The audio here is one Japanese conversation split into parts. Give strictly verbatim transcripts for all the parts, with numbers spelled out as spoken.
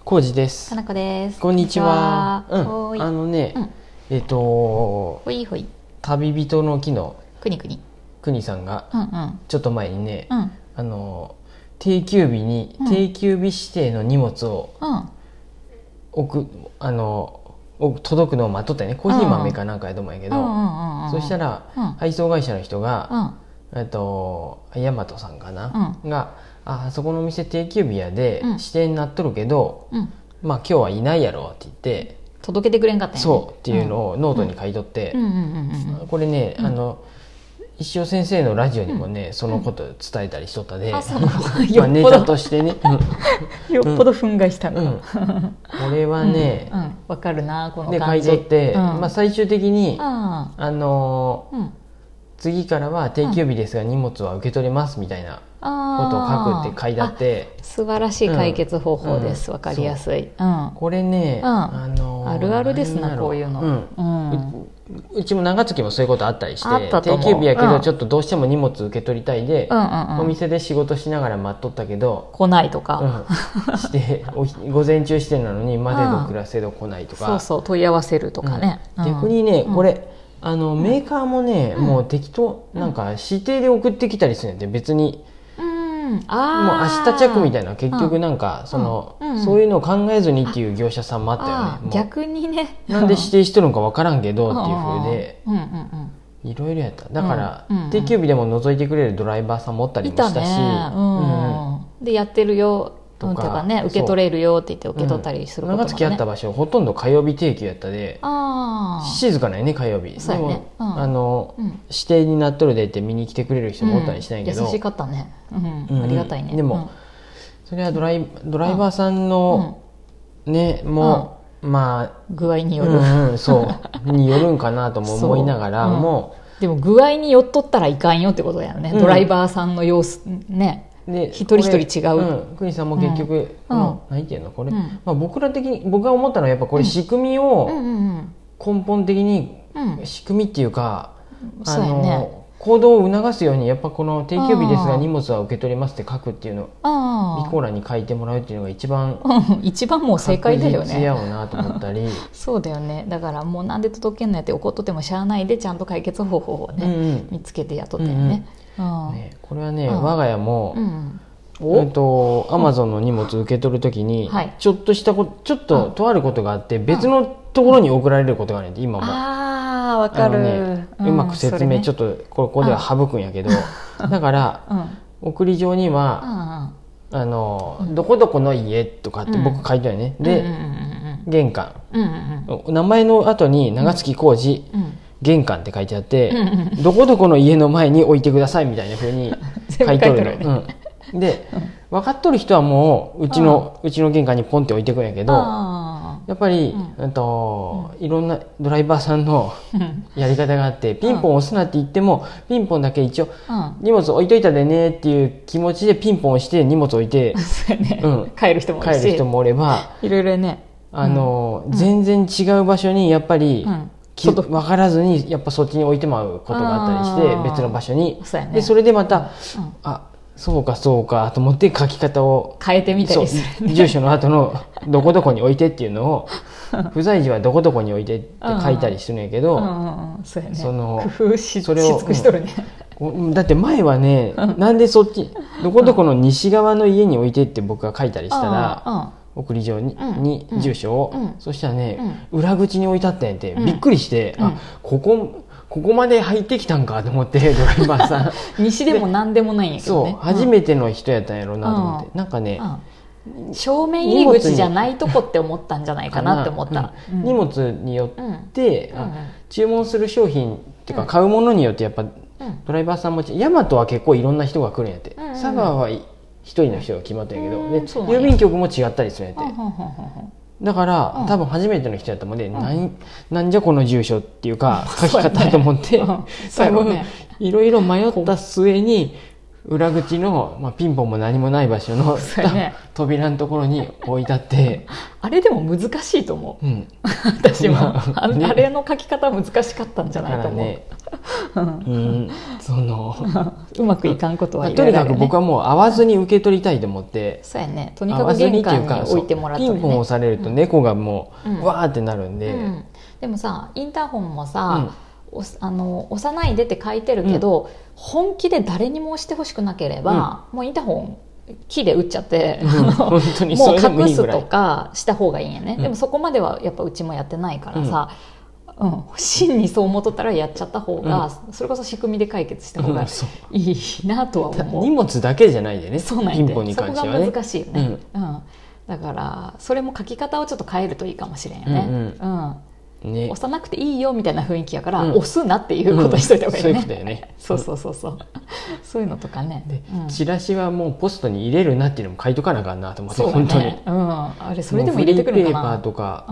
浩二です。 かなこです。 こんにちは。 こんにちは。 うん、あのね、 うん、 えっとほいほい旅人の木のくにくにくにさんがうんうんちょっと前にね、 うんあの定休日に、 うん定休日指定の荷物をうん置くあの届くのを待っとったよね。コーヒー豆かなんかやと思うんやけど、 うんうんうんうん、 そしたら、 うん、 配送会社の人が、 うん、 えっと大和さんかな、 うん、 がああそこのお店定休日やで、 うん、 指定になっとるけど、 うん、 まあ今日はいないやろって言って届けてくれんかったんやね。 そうっていうのをノートに書いとって、 うんうんうんうん、 これね、 うん、 あの石尾先生のラジオにもね、うん、そのこと伝えたりしとったで、 あそうなのまあネタとしてねよっぽど憤慨したの、 うんうん、これはね、 うんうん、分かるなこので感じ書いとって、 うんまあ、最終的に、 ああのーうん、 次からは定休日ですが荷物は受け取れますみたいなことを書くって書いてあって、 素晴らしい解決方法です、 うん、 分かりやすい、うん、 これね、 うん、 あのー、 あるあるですなこういうの、 うんうん、う, うちも長月もそういうことあったりして定休日やけどちょっとどうしても荷物受け取りたいで、 うんうんうん、 お店で仕事しながら待っとったけど来ないとか、 うん、してお午前中してなのにまでど暮らせど来ないとか、 そうそう問い合わせるとかね、 うん、逆にね、 うん、 これあのメーカーもね、うん、もう適当なんか指定で送ってきたりするんで別に、 うん、 もう明日着みたいな結局なんかその、うん、そういうのを考えずにっていう業者さんもあったよね。もう逆にねなんで指定してるのか分からんけどっていう風で、 うんうんうんいろいろやっただから、 うんうんうん、 定休日でも覗いてくれるドライバーさんもおったりもしたし、 いたね、うんうん、 でやってるよとか、かね、受け取れるよって言って受け取ったりすることも、ね、 長月あった場所ほとんど火曜日定休やったで、 あ静かないね火曜日そうやね、 でも、 うん、 あの、うん、指定になっとるでって見に来てくれる人もおったりしたんやけど、 うん、優しかったね、うんうん、ありがたいね。 でも、うん、それはドライ、ドライバーさんの、うん、ねもう、まあ具合による、 うんうん、そうによるんかなとも思いながらもう、ん、でも具合によっとったらいかんよってことだよね、うん、ドライバーさんの様子ねで一人一人違う、 うん、国さんも結局、うん、この何ていうのこれ、うん、まあ、僕ら的に僕が思ったのはやっぱこれ仕組みを根本的に、うん、仕組みっていうか、うん、あの、ね、行動を促すようにやっぱこの定休日ですが荷物は受け取りますって書くっていうのを備考欄に書いてもらうっていうのが一番一番もう正解だよね。 確実やろうなと思ったりそうだよね。だからもうなんで届けんのやって怒っとってもしゃあないでちゃんと解決方法をね、うんうん、見つけてやっとったよね。うんうんね、これはね、うん、我が家も、 うんえっと、アマゾンの荷物受け取るときに、うん、ちょっとしたこちょっととあることがあって別のところに送られることがあるんで今もああわかる、 ね、うまく説明、うん、ちょっとここでは省くんやけどだから、うん、送り状には、うん、あの、うん、どこどこの家とかって僕書いてあるね、うん、で、うんうんうん、玄関、うんうんうん、名前の後に長月浩二、うんうん玄関って書いてあって、うんうん、どこどこの家の前に置いてくださいみたいな風に書いてるの、ねうん、で、うん、分かっとる人はもううちのうちの玄関にポンって置いてくんやけどやっぱり、うんとうん、いろんなドライバーさんのやり方があって、うん、ピンポン押すなって言ってもピンポンだけ一応、うん、荷物置いといたでねっていう気持ちでピンポン押して荷物置いて、 ねうん、帰る人もいるし帰る人もおればいろいろねあの、うん、全然違う場所にやっぱり、うん分からずにやっぱそっちに置いてまうことがあったりして別の場所に そ,、ね、でそれでまた、うん、あそうかそうかと思って書き方を変えてみたりする、ね、 住所の後のどこどこに置いてっていうのを不在時はどこどこに置いてって書いたりするんやけど、 うんうん、そうやね、 その工夫しそれをし尽くしとるね、 うん、だって前はね、うん、なんでそっちどこどこの西側の家に置いてって僕が書いたりしたら、うんうん送り状に、うん、に住所を、うん、そしたらね、うん、裏口に置いてあったんやって、うん、びっくりして、うん、あここここまで入ってきたんかと思ってドライバーさん西でも何でもないんやけどねそう、うん、初めての人やったんやろうなと思って、うん、なんかね、 うん、正面入り口じゃないとこって思ったんじゃないかなって思った、 うん、荷物によって、うん、注文する商品っていうか買うものによってやっぱ、ドライバーさんもヤマトは結構いろんな人が来るんやって、うん、佐川は一人の人が決まったんやけど、で郵便局も違ったりするんやって、だから、うん、多分初めての人やったもんで、うん、なんなんじゃこの住所っていうか書き方と思って、うん、多分いろいろ迷った末に裏口の、まあ、ピンポンも何もない場所の、ね、扉のところに置いてあってあれでも難しいと思う、うん、私も、まあね、あれの書き方難しかったんじゃないと思う、 だからねうん、そのうまくいかんことはとにかく僕はもう会わずに受け取りたいと思って、 そうやね、とにかく玄関に置いてもらって、ね、 ピンポン押されると猫がもう、うん、わーってなるんで、うん、 でもさインターホンもさ、うん、あの押さないでって書いてるけど、うん、本気で誰にも押してほしくなければ、うん、もうインターホン木で打っちゃって、うん、本当にもう隠すとかした方がいいんやね、うん、でもそこまではやっぱうちもやってないからさ、うんうん、真にそう思っとったらやっちゃった方が、うん、それこそ仕組みで解決した方がいいなとは思う、 荷物だけじゃないでね、 そうなんで、ピンポンに関してはね、そこが難しいよね、うんうん、だからそれも書き方をちょっと変えるといいかもしれんよね、うんうんうんね、押さなくていいよみたいな雰囲気やから、うん、押すなっていうことにしといた方がいいね、うん、そういうことだよねそうそうそうそうそういうのとかねで、うん、チラシはもうポストに入れるなっていうのも書いとかなあかんなと思って、ね、本当に、うん、あれそれでも入れてくるのかな、フリーペーパーとか、うん、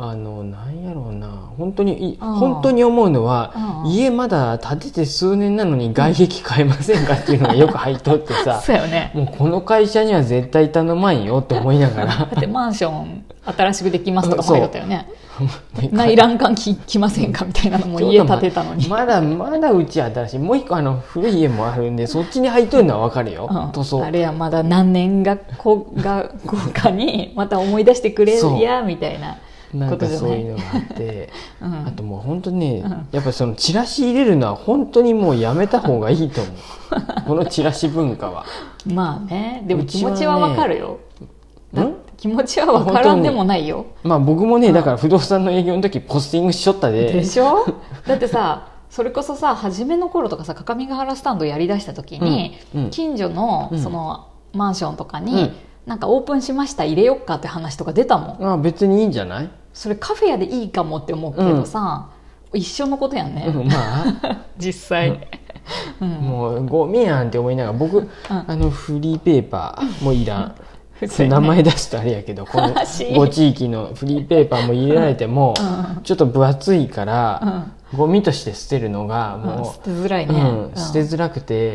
あのなんやろうな本当に、うん、本当に思うのは、うん、家まだ建てて数年なのに外壁変えませんかっていうのがよく入っとってさそうよね、 もうこの会社には絶対頼まんよって思いながらだってマンション新しくできますとかも入ったよね内覧館き来ませんかみたいなのも家建てたのにまだまだうち新しいもう一個あの古い家もあるんでそっちに入っとるのは分かるよ、うん、塗装あれはまだ何年がこが後かにまた思い出してくれるやみたいななんかそういうのがあって、うん、あともう本当にね、うん、やっぱりそのチラシ入れるのは本当にもうやめた方がいいと思うこのチラシ文化はまあねでも気持ちは分かるよ、だ気持ちは分からんでもないよ、 まあ僕もね、うん、だから不動産の営業の時ポスティングしちょったででしょだってさそれこそさ初めの頃とかさ各務原スタンドやりだした時に、うんうん、近所のそのマンションとかに、うん、なんかオープンしました入れよっかって話とか出たもん。 あ別にいいんじゃない？ それカフェ屋でいいかもって思うけどさ、うん、一緒のことやんね、うん、まあ実際、 うん、もうゴミやんって思いながら僕、うん、あのフリーペーパーもいらん名前出すとあれやけどこのご地域のフリーペーパーも入れられてもちょっと分厚いからゴミとして捨てるのがもう捨てづらいね、 うん、捨てづらくて、うん、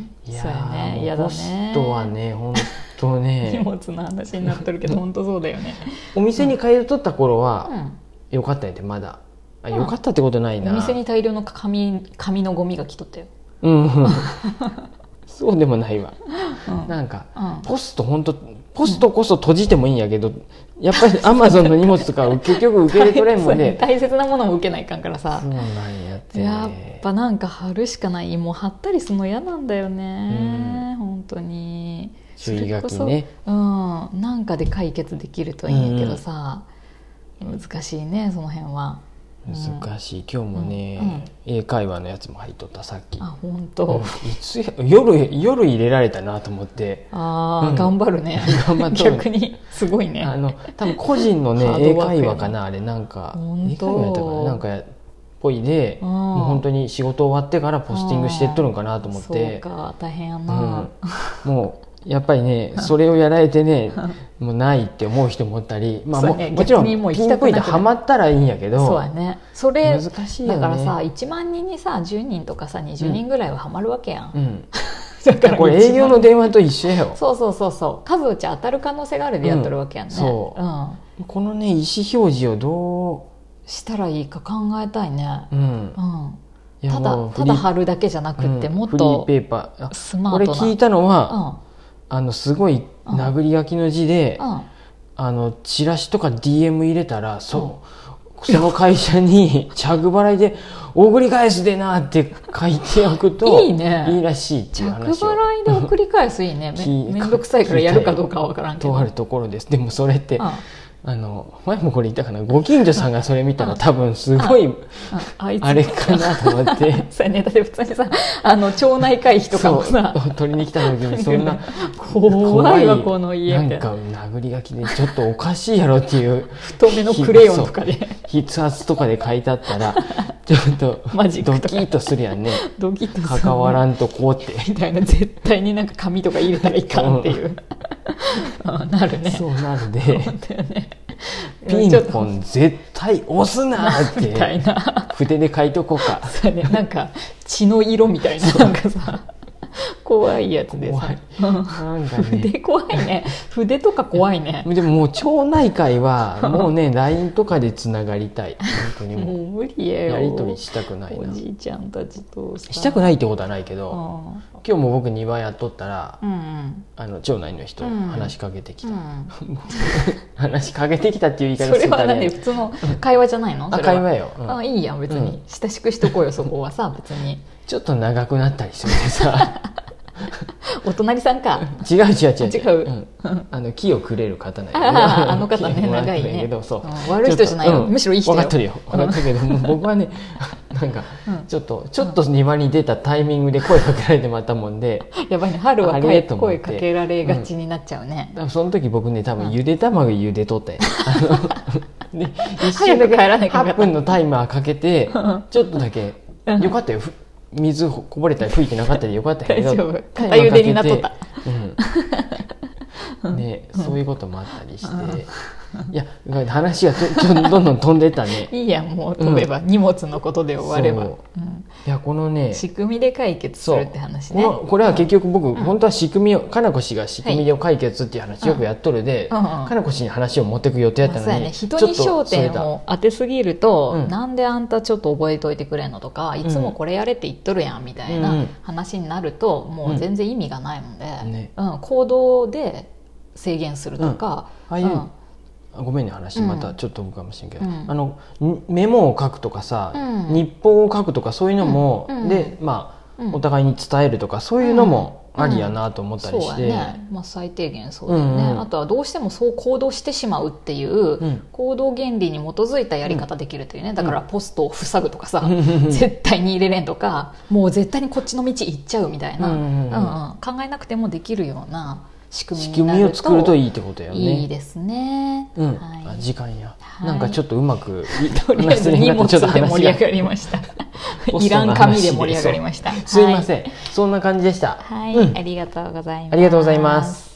いやー、ね、やだね、ポストはね本当ね荷物の話になってるけど本当そうだよねお店に買い取った頃はよかったんやってまだあよかったってことないな、 お店に大量の紙、紙のゴミが来とったようんそうでもないわ、うん、なんか、うん、ポスト本当ポストこそ閉じてもいいんやけど、うん、やっぱりアマゾンの荷物とか結局受け入れとれんもんね大切なものも受けないかんからさそうなんやって、ね、 やっぱなんか貼るしかない、もう貼ったりするの嫌なんだよね、うん、本当に注意書きね、 うん、なんかで解決できるといいんやけどさ、うん、難しいねその辺は難しい。今日もね、うんうん、英会話のやつも入っとったさっき。 あ本当。 いつ夜夜入れられたなと思って。 ああ、うん、頑張るね。頑張っとる。逆にすごいね。 あの多分個人のね英会話かなあれなんか英会話やったかななんかっぽいで、もう本当に仕事終わってからポスティングしてっとるんかなと思って。 そうか大変やな。 うん、もう。やっぱりねそれをやられてねもうないって思う人もおったり、まあ、も, ね、もちろんピンポイントハマったらいいんやけどそうやねそれ難しいよね。だからさいちまんにんにさじゅうにんとかさにじゅうにんぐらいはハマるわけやん、うん、 だからこれ営業の電話と一緒やよ。 そうそうそうそう数打ち当たる可能性があるでやっとるわけやんね、うんそう、 うん、このね意思表示をどうしたらいいか考えたいね、うんうんただただ貼るだけじゃなくって、うん、もっとフリーペーパースマートなこれ聞いたのは、うんあのすごい殴り書きの字で、うん、あのチラシとか ディーエム 入れたら そ,、うん、その会社に着払いで送り返すでなって書いておくといいねいいらしいっていう話を着払いで送り返すいいねめ, めんどくさいからやるかどうかは分からんけどとあるところです。でもそれって、うんあの前もこれ言ったかなご近所さんがそれ見たら多分すごいあれかなと思ってそうやねだって普通にさあの町内会費とかもさ取りに来た時にそんな怖いわこの家なんか殴り書きでちょっとおかしいやろっていう太めのクレヨンとかで筆圧とかで書いてあったらちょっとドキッとするやんねドキッとする、ね、 関わらんとこうってみたいな絶対になんか紙とか入れたらいかんっていうあなるねそうなるで本当よねピンポン絶対押すなってみたいな筆で書いとこうかそう、ね、なんか血の色みたいななんかさ怖いやつです。 怖いなんかね筆怖いね。筆とか怖いね。 でももう町内会はもうねライン とかでつながりたい。本当にもうもう無理やよ。 やり取りしたくないな。 おじいちゃんたちとさしたくないってことはないけど、 うん、 今日も僕にばやっとったら、 うんうん、 あの町内の人話しかけてきた、 うん、 話しかけてきたっていう言い方するからね。それは何普通の会話じゃないの？ あ、会話よ、 うん、あ、いいやん別に、うん、親しくしとこうよそこはさ。別にちょっと長くなったりするんでさお隣さんか。 違う違う違う違う、 違う、 うん、あの木をくれる方なんやけど、 あ, あの方ね長いね、 そう、 うん、悪い人じゃないよ、うん、むしろいい人よ。 分かってるよ分かってるけど、うん、僕はねなんかちょっとちょっと庭に出たタイミングで声かけられてまたもんで、 やばいね、春は声かけられがちになっちゃうね、 うん、その時僕ね多分ゆで卵ゆでとって、うん、で一瞬だけはっぷんのタイマーかけてちょっとだけよかったよ、水こぼれたり吹いてなかったりよかったけど、 大丈夫、片茹でになっとった、 うん、ね、そういうこともあったりして、いや話がちょどんどん飛んでったね。 いいやもう飛べば、うん、荷物のことで終われば、うん、 いやこのね仕組みで解決するって話ね。 このこれは結局僕、うん、本当は仕組みをかなこ氏が仕組みで解決っていう話よくやっとるで、かなこ氏に話を持っていく予定やったのに、 ね、人に焦点を当てすぎると、うん、なんであんたちょっと覚えといてくれんのとか、いつもこれやれって言っとるやんみたいな話になると、もう全然意味がないので、うんね、うん、行動で制限するとか、 うん、ああいう、うんごめんね話またちょっと飛ぶかもしれんけど、うん、あのメモを書くとかさ、うん、日報を書くとかそういうのも、うん、でまあ、うん、お互いに伝えるとかそういうのもありやなと思ったりして、 うんうん、そうやね、まあ、最低限そうだよね、うんうん、あとはどうしてもそう行動してしまうっていう、うん、行動原理に基づいたやり方できるというね、だからポストを塞ぐとかさ、うん、絶対に入れれんとかもう絶対にこっちの道行っちゃうみたいな、うんうんうんうん、考えなくてもできるような仕組みになると仕組みを作るといいってことやね。 いいですね、 うん、 はい、 時間や、はい、なんかちょっとうまくとりあえず荷物で盛り上がりましたいらん紙で盛り上がりました。 すいません、はい、そんな感じでした。 はい、うん、ありがとうございます。 ありがとうございます。